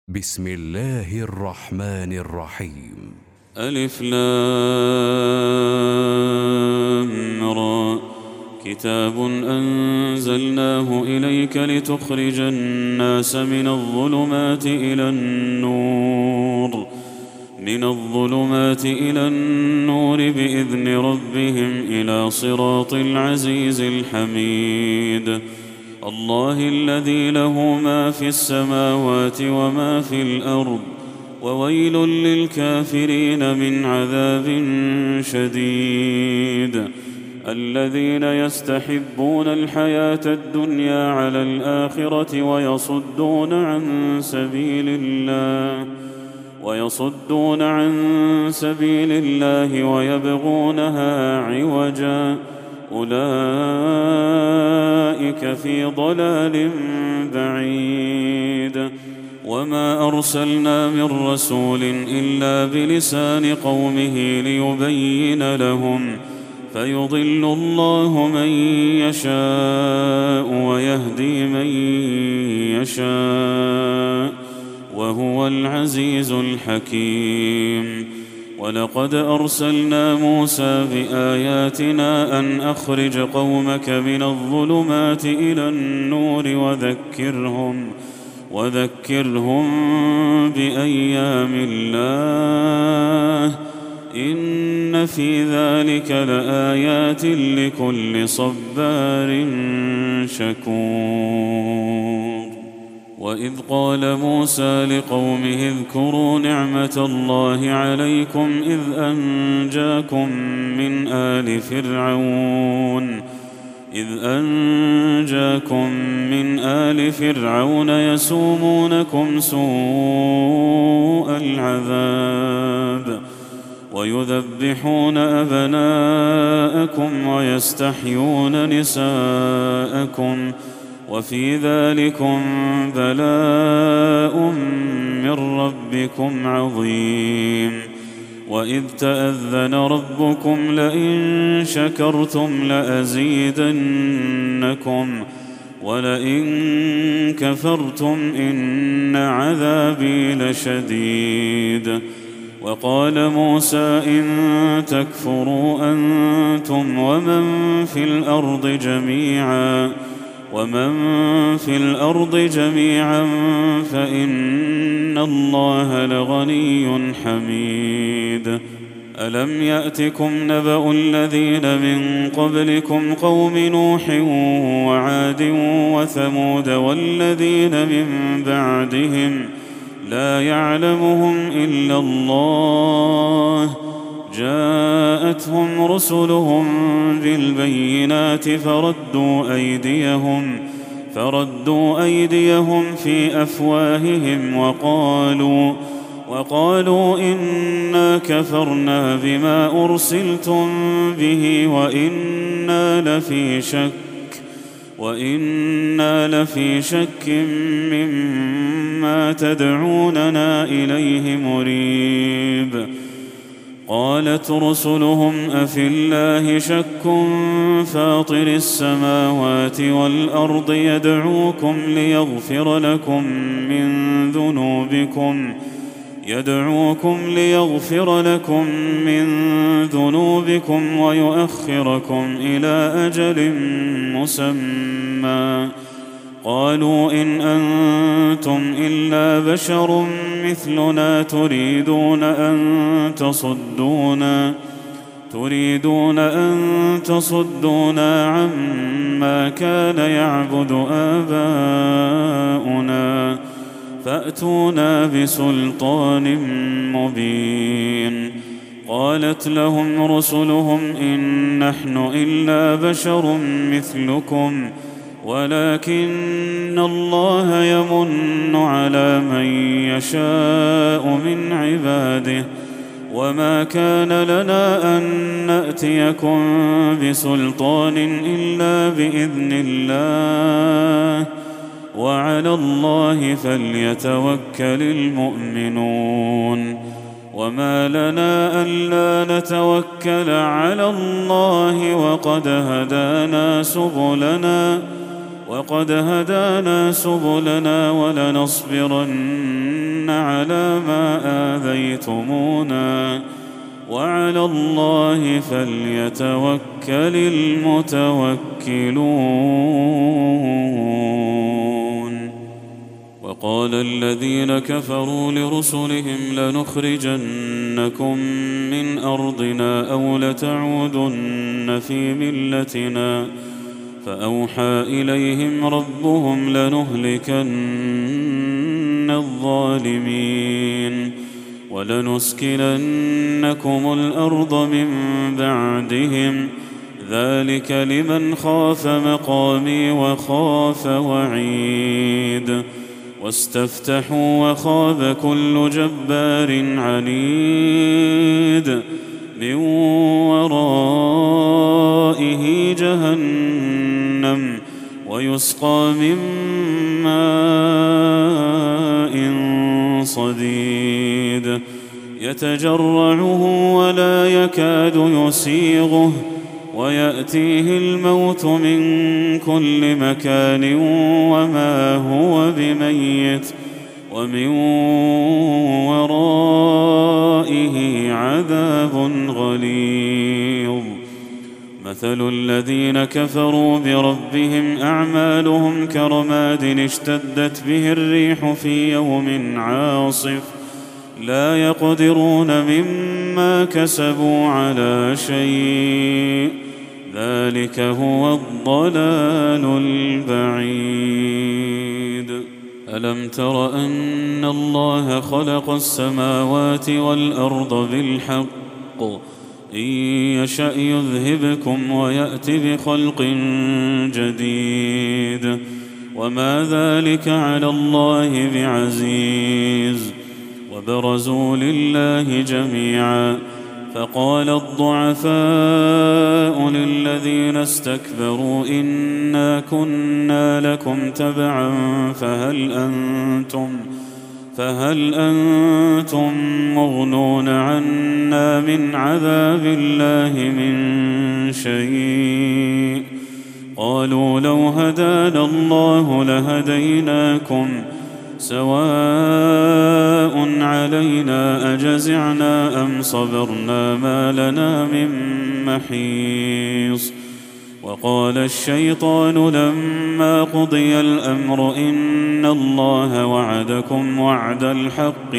بسم الله الرحمن الرحيم. ألف لام را. كتاب أنزلناه إليك لتخرج الناس من الظلمات إلى النور بإذن ربهم إلى صراط العزيز الحميد. الله الذي له ما في السماوات وما في الأرض، وويل للكافرين من عذاب شديد. الذين يستحبون الحياة الدنيا على الآخرة ويصدون عن سبيل الله ويبغونها عوجا، أولئك في ضلال بعيد. وما أرسلنا من رسول إلا بلسان قومه ليبين لهم، فيضل الله من يشاء ويهدي من يشاء، وهو العزيز الحكيم. ولقد أرسلنا موسى بآياتنا أن أخرج قومك من الظلمات إلى النور وذكرهم بأيام الله، إن في ذلك لآيات لكل صبار شكور. وإذ قال موسى لقومه اذكروا نعمة الله عليكم إذ أنجاكم من آل فرعون يسومونكم سوء العذاب ويذبحون أبناءكم ويستحيون نساءكم، وفي ذلكم بلاء من ربكم عظيم. وإذ تأذن ربكم لئن شكرتم لأزيدنكم ولئن كفرتم إن عذابي لشديد. وقال موسى إن تكفروا أنتم ومن في الأرض جميعا فإن الله لغني حميد. ألم يأتكم نبأ الذين من قبلكم قوم نوح وعاد وثمود والذين من بعدهم لا يعلمهم إلا الله، جاءتهم رسلهم بالبينات فردوا أيديهم في أفواههم وقالوا إنا كفرنا بما أرسلتم به وإنا لفي شك مما تدعوننا إليه مريب. قالت رسلهم أفي الله شك فاطر السماوات والأرض يدعوكم ليغفر لكم من ذنوبكم ويؤخركم إلى أجل مسمى. قالوا إن أنتم إلا بشر مثلنا تريدون أن تصدونا عما كان يعبد آباؤنا فأتونا بسلطان مبين. قالت لهم رسلهم إن نحن إلا بشر مثلكم ولكن الله يمن على من يشاء من عباده، وما كان لنا أن نأتيكم بسلطان إلا بإذن الله، وعلى الله فليتوكل المؤمنون. وما لنا ألا نتوكل على الله وقد هدانا سبلنا وقد هدانا سبلنا ولنصبرن على ما آذيتمونا وعلى الله فليتوكل المتوكلون. وقال الذين كفروا لرسلهم لنخرجنكم من أرضنا أو لتعودن في ملتنا فأوحى إليهم ربهم لنهلكن الظالمين ولنسكننكم الأرض من بعدهم ذلك لمن خاف مقامي وخاف وعيد. واستفتحوا وخاب كل جبار عنيد من ورائه جهنم ويسقى من ماء صديد يتجرعه ولا يكاد يسيغه ويأتيه الموت من كل مكان وما هو بميت ومن ورائه عذاب غليظ. مثل الذين كفروا بربهم أعمالهم كرماد اشتدت به الريح في يوم عاصف لا يقدرون مما كسبوا على شيء ذلك هو الضلال البعيد. ألم تر أن الله خلق السماوات والأرض بالحق إن يشأ يذهبكم ويأت بخلق جديد وما ذلك على الله بعزيز. وبرزوا لله جميعا فقال الضعفاء للذين استكبروا إنا كنا لكم تبعا فهل أنتم مغنون عنا من عذاب الله من شيء قالوا لو هدانا الله لهديناكم سواء علينا أجزعنا أم صبرنا ما لنا من محيص. وقال الشيطان لما قضي الأمر إن الله وعدكم وعد الحق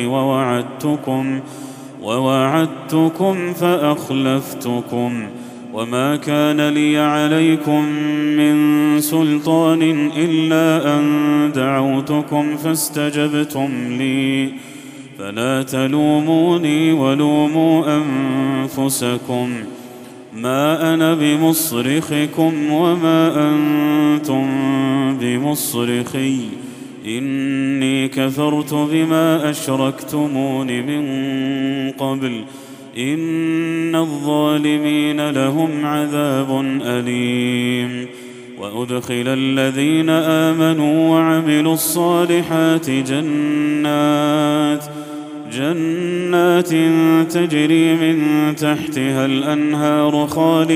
ووعدتكم فأخلفتكم وما كان لي عليكم من سلطان إلا أن دعوتكم فاستجبتم لي فلا تلوموني ولوموا أنفسكم ما أنا بمصرخكم وما أنتم بمصرخي إني كفرت بما أشركتمون من قبل إن الظالمين لهم عذاب أليم. وأدخل الذين آمنوا وعملوا الصالحات جنات تجري من تحتها الأنهار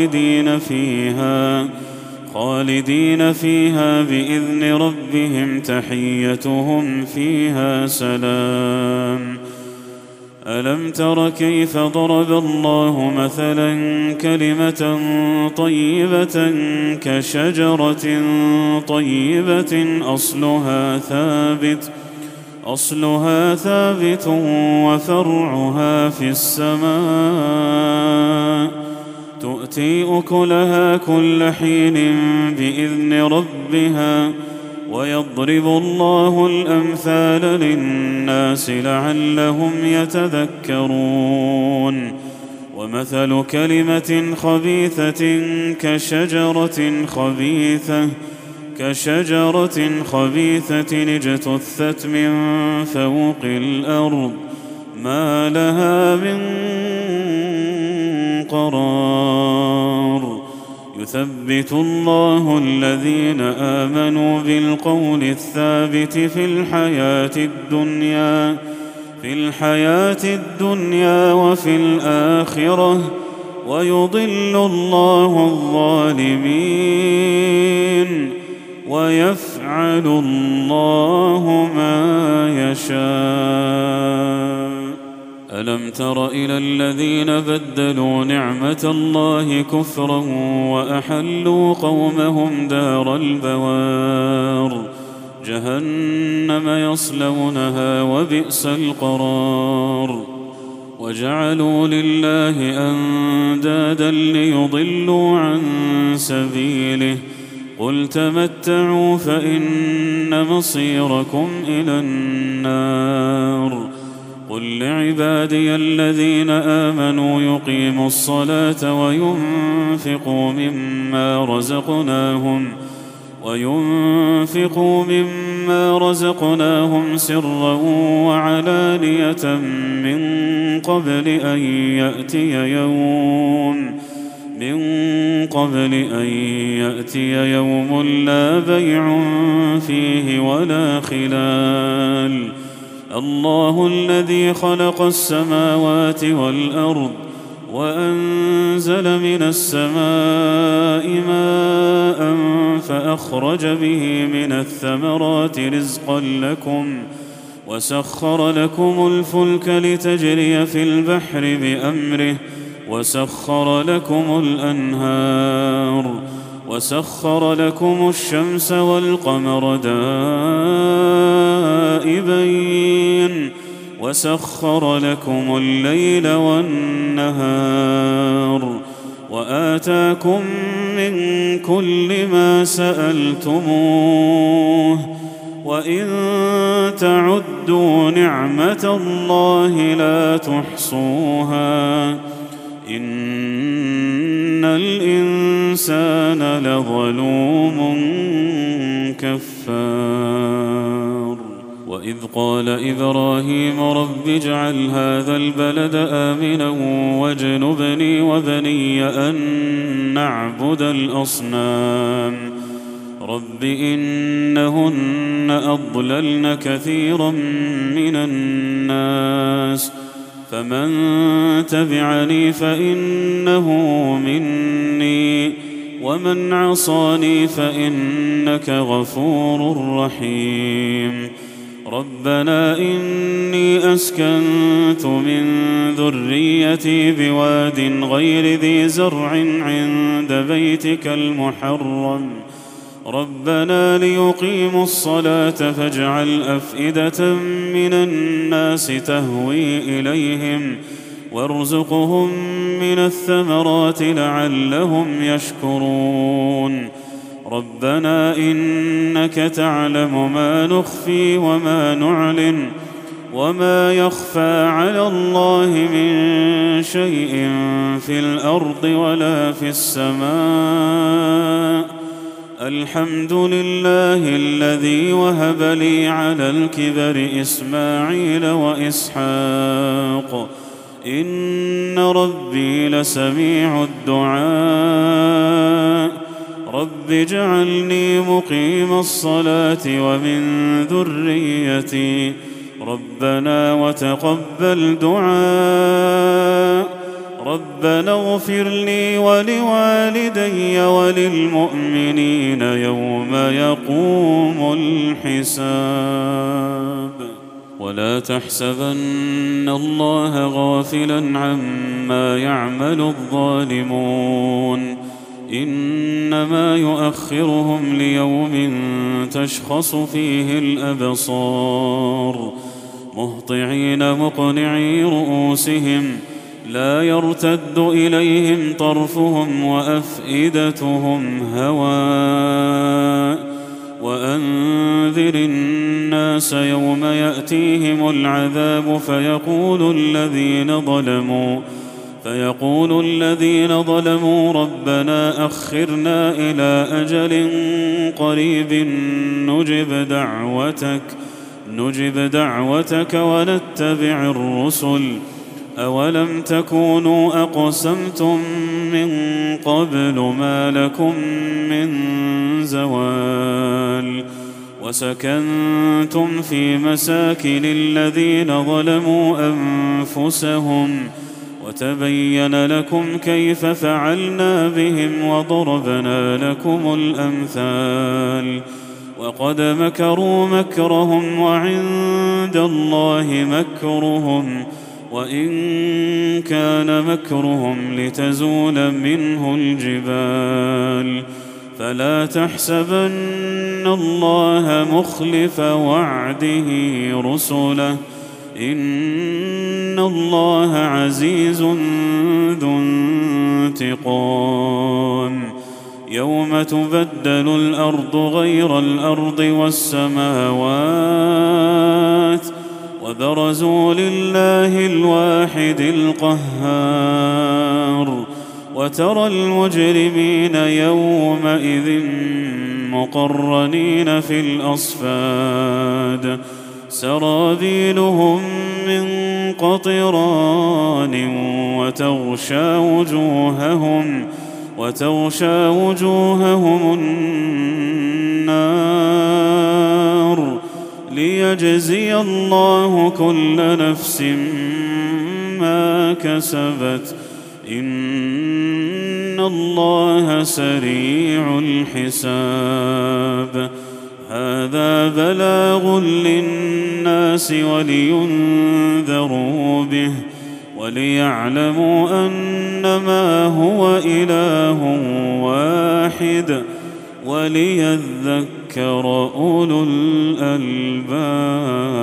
خالدين فيها بإذن ربهم تحيتهم فيها سلام. ألم تر كيف ضرب الله مثلا كلمة طيبة كشجرة طيبة أصلها ثابت وفرعها في السماء تؤتي أكلها كل حين بإذن ربها ويضرب الله الأمثال للناس لعلهم يتذكرون. ومثل كلمة خبيثة كشجرة خبيثة اجتثت من فوق الأرض ما لها من قرار. يثبت الله الذين آمنوا بالقول الثابت في الحياة الدنيا وفي الآخرة ويضل الله الظالمين ويفعل الله ما يشاء. ألم تر إلى الذين بدلوا نعمة الله كفرا وأحلوا قومهم دار البوار جهنم يصلونها وبئس القرار. وجعلوا لله أندادا ليضلوا عن سبيله قل تمتعوا فإن مصيركم إلى النار. قل لعبادي الذين آمنوا يقيموا الصلاة وينفقوا مما رزقناهم سرا وعلانية من قبل أن يأتي يوم لا بيع فيه ولا خلال. الله الذي خلق السماوات والأرض وأنزل من السماء ماء فأخرج به من الثمرات رزقا لكم وسخر لكم الفلك لتجري في البحر بأمره وسخر لكم الأنهار وسخر لكم الشمس والقمر دائبين وسخر لكم الليل والنهار وآتاكم من كل ما سألتموه وإن تعدوا نعمة الله لا تحصوها إن الإنسان لظلوم كفار. وإذ قال إبراهيم رب اجعل هذا البلد آمنا واجنبني وبني أن نعبد الأصنام رب إنهن أضللن كثيرا من الناس فمن تبعني فإنه مني ومن عصاني فإنك غفور رحيم. ربنا إني أسكنت من ذريتي بواد غير ذي زرع عند بيتك المحرم ربنا ليقيموا الصلاة فاجعل أفئدة من الناس تهوي إليهم وارزقهم من الثمرات لعلهم يشكرون. ربنا إنك تعلم ما نخفي وما نعلن وما يخفى على الله من شيء في الأرض ولا في السماء. الحمد لله الذي وهب لي على الكبر إسماعيل وإسحاق إن ربي لسميع الدعاء. رب اجعلني مقيم الصلاة ومن ذريتي ربنا وتقبل دعاء. ربنا اغفر لي ولوالدي وللمؤمنين يوم يقوم الحساب. ولا تحسبن الله غافلا عما يعمل الظالمون إنما يؤخرهم ليوم تشخص فيه الأبصار مهطعين مقنعي رؤوسهم لا يرتد إليهم طرفهم وأفئدتهم هواء. وأنذر الناس يوم يأتيهم العذاب فيقول الذين ظلموا ربنا أخرنا إلى أجل قريب نجب دعوتك ونتبع الرسل أولم تكونوا أقسمتم من قبل ما لكم من زوال. وسكنتم في مساكن الذين ظلموا أنفسهم وتبين لكم كيف فعلنا بهم وضربنا لكم الأمثال وقد مكروا مكرهم وعند الله مكرهم وإن كان مكرهم لتزول منه الجبال فلا تحسبن الله مخلف وعده رسله إن الله عزيز ذو انتقام يوم تبدل الأرض غير الأرض والسماوات وبرزوا لله الواحد القهار وترى المجرمين يومئذ مقرنين في الأصفاد سرابيلهم من قطران وتغشى وجوههم النار ليجزي الله كل نفس ما كسبت إن الله سريع الحساب هذا بلاغ للناس ولينذروا به وليعلموا أنما هو إله واحد وليذكر أولو الألباب